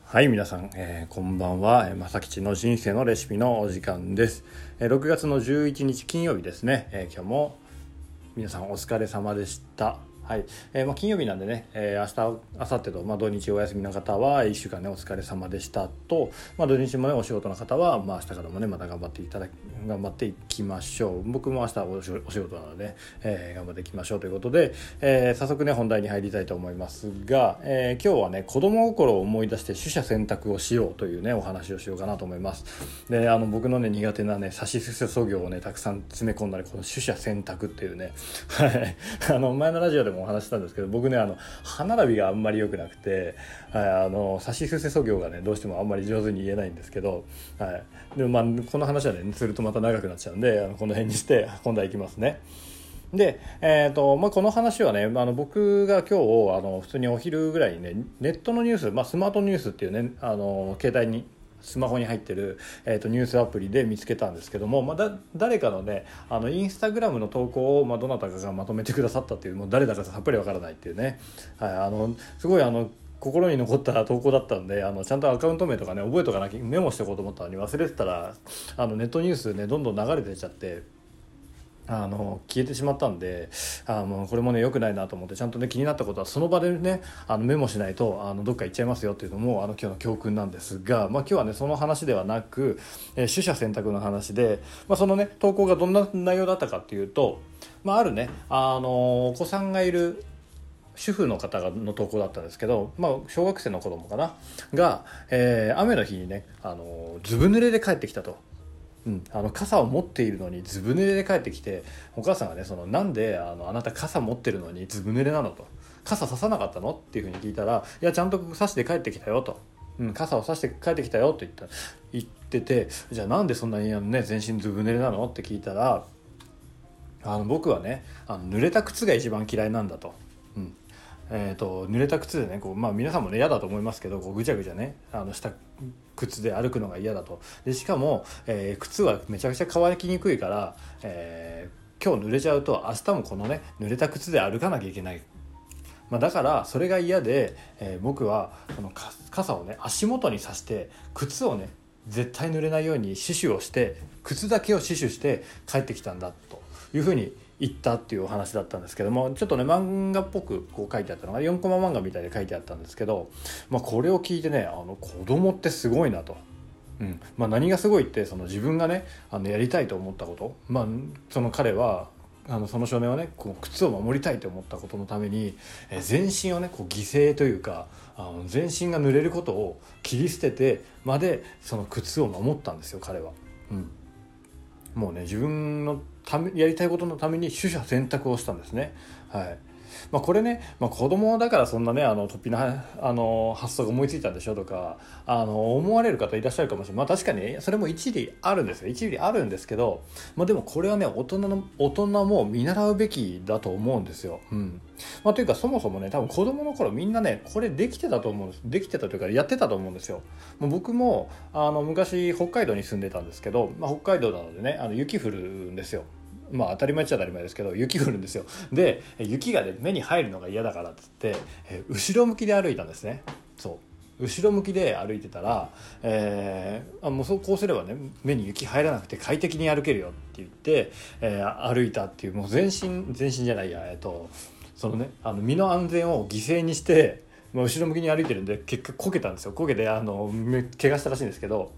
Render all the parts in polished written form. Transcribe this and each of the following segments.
はい、皆さん、こんばんは。まさきちの人生のレシピのお時間です。6月の11日金曜日ですね。今日も皆さんお疲れ様でした。はい、金曜日なんでね、明日明後日と、土日お休みの方は1週間ねお疲れ様でしたと、土日もねお仕事の方は、明日からもねまた頑張っていきましょう。僕も明日お仕事なので、頑張っていきましょうということで、早速ね本題に入りたいと思いますが、今日はね子供心を思い出して取捨選択をしようというねお話をしようかなと思います。で、僕のね苦手なねさしすせそ行をねたくさん詰め込んだり、この取捨選択っていうねはい前のラジオでもお話したんですけど、僕ね歯並びがあんまり良くなくて、さしすせそ行がねどうしてもあんまり上手に言えないんですけど、でもこの話はねするとまた長くなっちゃうんで、この辺にして今度はいきますね。で、この話はね僕が今日普通にお昼ぐらいにねネットのニュース、スマートニュースっていうね携帯にスマホに入ってる、ニュースアプリで見つけたんですけども、誰かのねインスタグラムの投稿を、どなたかがまとめてくださったっていう、もう誰だかさっぱりわからないっていうね、すごい心に残った投稿だったんで、ちゃんとアカウント名とかね覚えとかなきゃ、メモしておこうと思ったのに忘れてたらネットニュースねどんどん流れてちゃって消えてしまったんで、もうこれもね良くないなと思って、ちゃんとね気になったことはその場でねメモしないとどっか行っちゃいますよっていうのも今日の教訓なんですが、今日はねその話ではなく、取捨選択の話で、そのね投稿がどんな内容だったかっていうと、あるねお子さんがいる主婦の方の投稿だったんですけど、小学生の子供かなが、雨の日にねずぶ濡れで帰ってきたと。傘を持っているのにずぶ濡れで帰ってきて、お母さんがねなんであなた傘持ってるのにずぶ濡れなのと、傘ささなかったのっていうふうに聞いたら、いやちゃんと差して帰ってきたよと、傘を差して帰ってきたよと言ってて、じゃあなんでそんなに全身ずぶ濡れなのって聞いたら、僕はね濡れた靴が一番嫌いなんだと。濡れた靴でね皆さんもね嫌だと思いますけど、ぐちゃぐちゃねした靴で歩くのが嫌だと。でしかも、靴はめちゃくちゃ乾きにくいから、今日濡れちゃうと明日もこのね濡れた靴で歩かなきゃいけない、だからそれが嫌で、僕はこの傘をね足元に差して靴をね絶対濡れないように死守をして、靴だけを死守して帰ってきたんだというふうに言ったっていうお話だったんですけども、ちょっとね漫画っぽくこう書いてあったのが4コマ漫画みたいで書いてあったんですけど、これを聞いてね子供ってすごいなと。何がすごいって、その自分がねやりたいと思ったこと、その彼はその少年はねこう靴を守りたいと思ったことのために、全身をねこう犠牲というか全身が濡れることを切り捨ててまでその靴を守ったんですよ、彼は。もうね自分のやりたいことのために取捨選択をしたんですね。これね、子供だからそんなね突飛な発想が思いついたんでしょとか思われる方いらっしゃるかもしれない。確かにそれも一理あるんですよ、一理あるんですけど、でもこれはね大人も見習うべきだと思うんですよ。というかそもそもね多分子供の頃みんなねこれできてたと思うんです。できてたというかやってたと思うんですよ。僕も昔北海道に住んでたんですけど、北海道なのでね雪降るんですよ。当たり前っちゃ当たり前ですけど雪降るんですよ。で雪がね目に入るのが嫌だからっつって、後ろ向きで歩いたんですね。後ろ向きで歩いてたら、もうこうすればね目に雪入らなくて快適に歩けるよって言って、歩いたっていう、もう全身じゃないやそのね身の安全を犠牲にして、後ろ向きに歩いてるんで結果こけたんですよ。こけて怪我したらしいんですけど、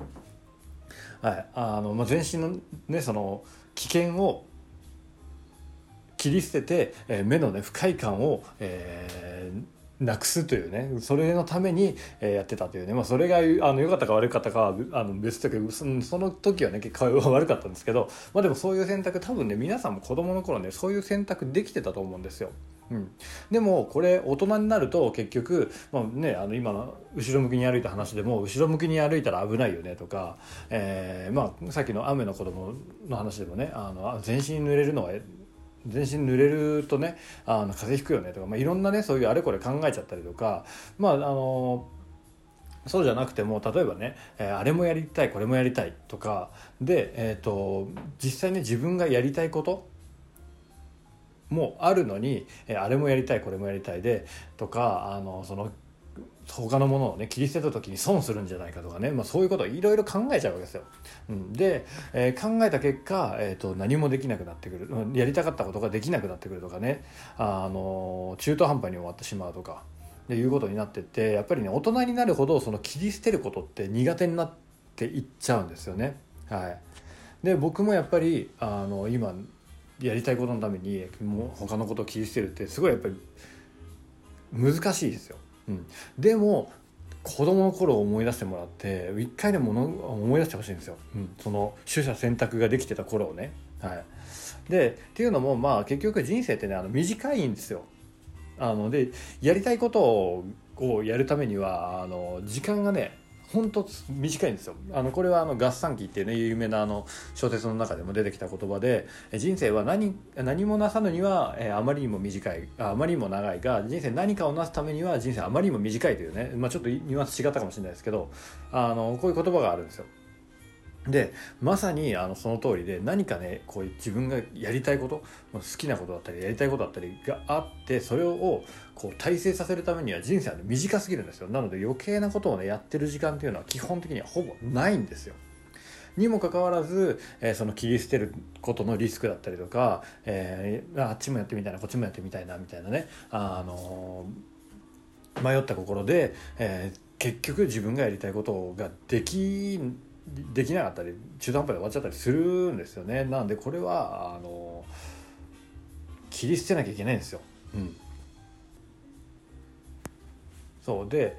全身のねその危険を切り捨てて、目のね不快感を、なくすというね、それのために、やってたというね、それが良かったか悪かったかは別だけど、その時はね結果は悪かったんですけど、でもそういう選択多分ね皆さんも子供の頃ねそういう選択できてたと思うんですよ。でもこれ大人になると結局、今の後ろ向きに歩いた話でも後ろ向きに歩いたら危ないよねとか、さっきの雨の子供の話でもね全身濡れるのは全身濡れるとね風邪ひくよねとか、いろんなねそういうあれこれ考えちゃったりとか、そうじゃなくても例えばね、あれもやりたいこれもやりたいとかで、実際ね自分がやりたいこともあるのに、あれもやりたいこれもやりたいでとか他のものをね切り捨てた時に損するんじゃないかとかね、そういうことをいろいろ考えちゃうわけですよ。で、考えた結果、何もできなくなってくる、やりたかったことができなくなってくるとかね、中途半端に終わってしまうとかっていうことになってって、やっぱりね大人になるほどその切り捨てることって苦手になっていっちゃうんですよね。で僕もやっぱり今やりたいことのためにもう他のことを切り捨てるってすごいやっぱり難しいですよ。でも子供の頃を思い出してもらって一回でも思い出してほしいんですよ。その取捨選択ができてた頃をね。でっていうのも結局人生ってね短いんですよ。でやりたいことをやるためには時間がね本当短いんですよ。これは合算期っていうね有名な小説の中でも出てきた言葉で、人生は何もなさぬには、あまりにも短い、あまりにも長いが、人生何かをなすためには人生あまりにも短いというね、ちょっとニュアンス違ったかもしれないですけど、こういう言葉があるんですよ。でまさにその通りで、何かねこう自分がやりたいこと、好きなことだったりやりたいことだったりがあって、それをこう達成させるためには人生は短すぎるんですよ。なので余計なことをねやってる時間っていうのは基本的にはほぼないんですよ。にもかかわらず、その切り捨てることのリスクだったりとか、あっちもやってみたいなこっちもやってみたいなみたいなね、迷った心で、結局自分がやりたいことができなかったり中途半端で終わっちゃったりするんですよね。なのでこれは切り捨てなきゃいけないんですよ。そうで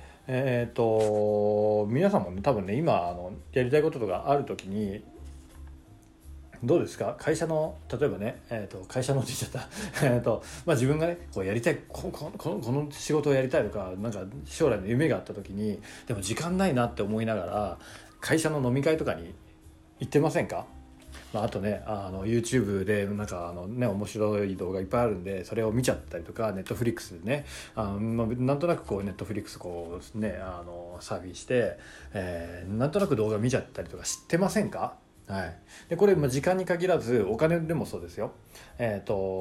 皆さんも、ね、多分ね今やりたいこととかある時にどうですか？会社の例えばね、会社のって言っちゃった自分がねこうやりたいこの仕事をやりたいとか、なんか将来の夢があった時にでも時間ないなって思いながら会社の飲み会とかに行ってませんか？あとねYouTube でなんか面白い動画いっぱいあるんで、それを見ちゃったりとか、Netflix でねなんとなくこう Netflix こうねサーフィンして、なんとなく動画見ちゃったりとか知ってませんか？でこれ時間に限らずお金でもそうですよ。や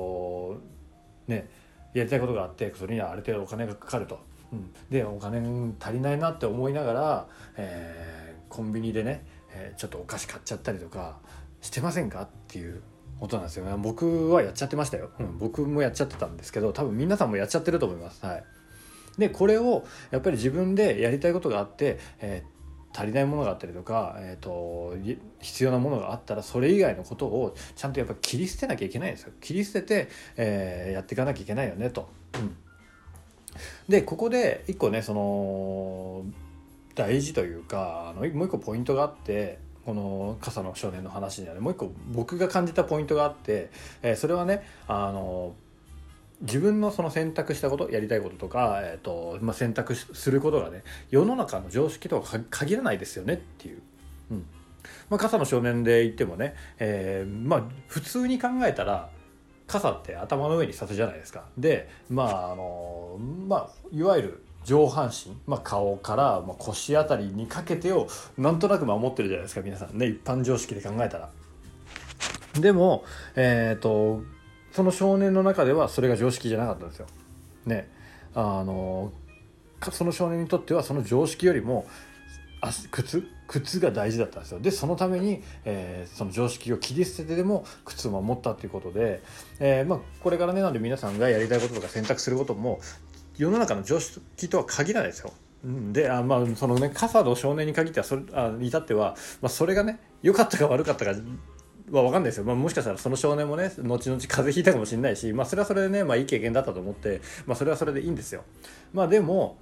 りたいことがあってそれにはある程度お金がかかると、でお金足りないなって思いながら、コンビニでね、ちょっとお菓子買っちゃったりとかしてませんかっていうことなんですよ。僕はやっちゃってましたよ。僕もやっちゃってたんですけど、多分皆さんもやっちゃってると思います。でこれをやっぱり自分でやりたいことがあって、足りないものがあったりとか、必要なものがあったらそれ以外のことをちゃんとやっぱ切り捨てなきゃいけないんですよ。切り捨てて、やっていかなきゃいけないよねと。でここで一個ねその大事というかもう一個ポイントがあって、この傘の少年の話にはねもう一個僕が感じたポイントがあって、それはね自分のその選択したことやりたいこととか、選択することがね世の中の常識とは限らないですよねっていう、傘の少年で言ってもね、普通に考えたら傘って頭の上に刺すじゃないですか。でいわゆる上半身、顔から腰あたりにかけてをなんとなく守ってるじゃないですか皆さんね、一般常識で考えたら。でもその少年の中ではそれが常識じゃなかったんですよ。その少年にとってはその常識よりも靴が大事だったんですよ。でそのために、その常識を切り捨ててでも靴を守ったということで、これからねなんで皆さんがやりたいこととか選択することも世の中の常識とは限らないですよ。でそのね傘の少年に限っては至っては、それがね良かったか悪かったかは分かんないですよ。もしかしたらその少年もね後々風邪ひいたかもしれないし、それはそれでねいい経験だったと思って、それはそれでいいんですよ。でも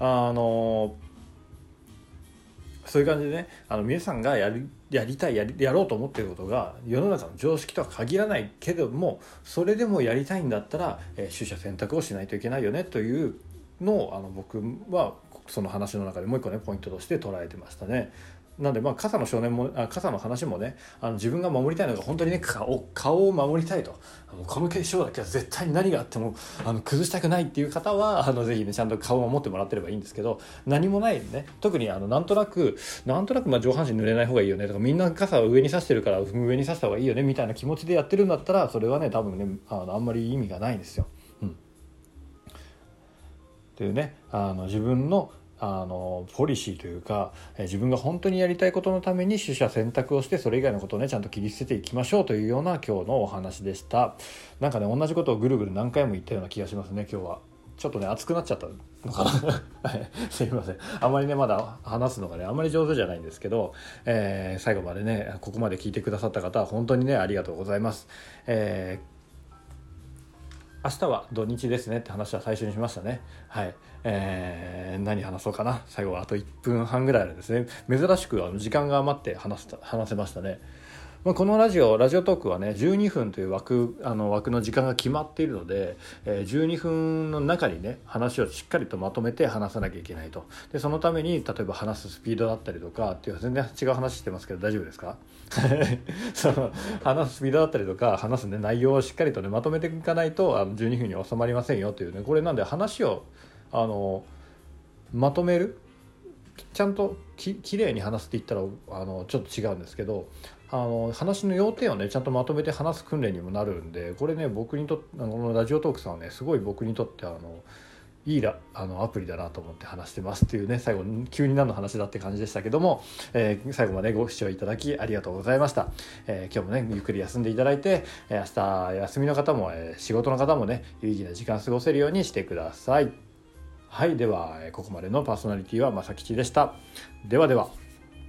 そういう感じでね皆さんがやろうと思っていることが世の中の常識とは限らないけども、それでもやりたいんだったら、取捨選択をしないといけないよねというのを僕はその話の中でもう一個ねポイントとして捉えてましたね。なんで傘の少年も傘の話もね自分が守りたいのが本当にね顔を守りたいと、この化粧だけは絶対に何があっても崩したくないっていう方はぜひねちゃんと顔を守ってもらってればいいんですけど、何もないね特になんとなく上半身濡れない方がいいよねとか、みんな傘を上に差してるから上に差した方がいいよねみたいな気持ちでやってるんだったら、それはね多分ねあんまり意味がないんですよ。というね自分のポリシーというか、自分が本当にやりたいことのために取捨選択をして、それ以外のことをねちゃんと切り捨てていきましょうというような今日のお話でした。なんかね同じことをぐるぐる何回も言ったような気がしますね。今日はちょっとね熱くなっちゃったのかなすいません。あまりねまだ話すのがねあんまり上手じゃないんですけど、最後までねここまで聞いてくださった方は本当にねありがとうございます。明日は土日ですねって話は最初にしましたね。はい、何話そうかな。最後はあと1分半ぐらいですね。珍しく時間が余って話せましたね。このラジオトークはね12分という枠の時間が決まっているので、12分の中にね話をしっかりとまとめて話さなきゃいけないと。でそのために例えば話すスピードだったりとかっていう全然違う話してますけど大丈夫ですかその話すスピードだったりとか話す、ね、内容をしっかりとねまとめていかないと12分に収まりませんよというね。これなんで話をまとめるちゃんときれいに話すって言ったらちょっと違うんですけど、話の要点をねちゃんとまとめて話す訓練にもなるんで、これね僕にとってこのラジオトークさんはねすごい僕にとっていいアプリだなと思って話してますっていうね、最後急に何の話だって感じでしたけども、最後までご視聴いただきありがとうございました。今日もねゆっくり休んでいただいて、明日休みの方も、仕事の方もね有意義な時間過ごせるようにしてください。はい、ではここまでのパーソナリティは正吉でした。ではでは。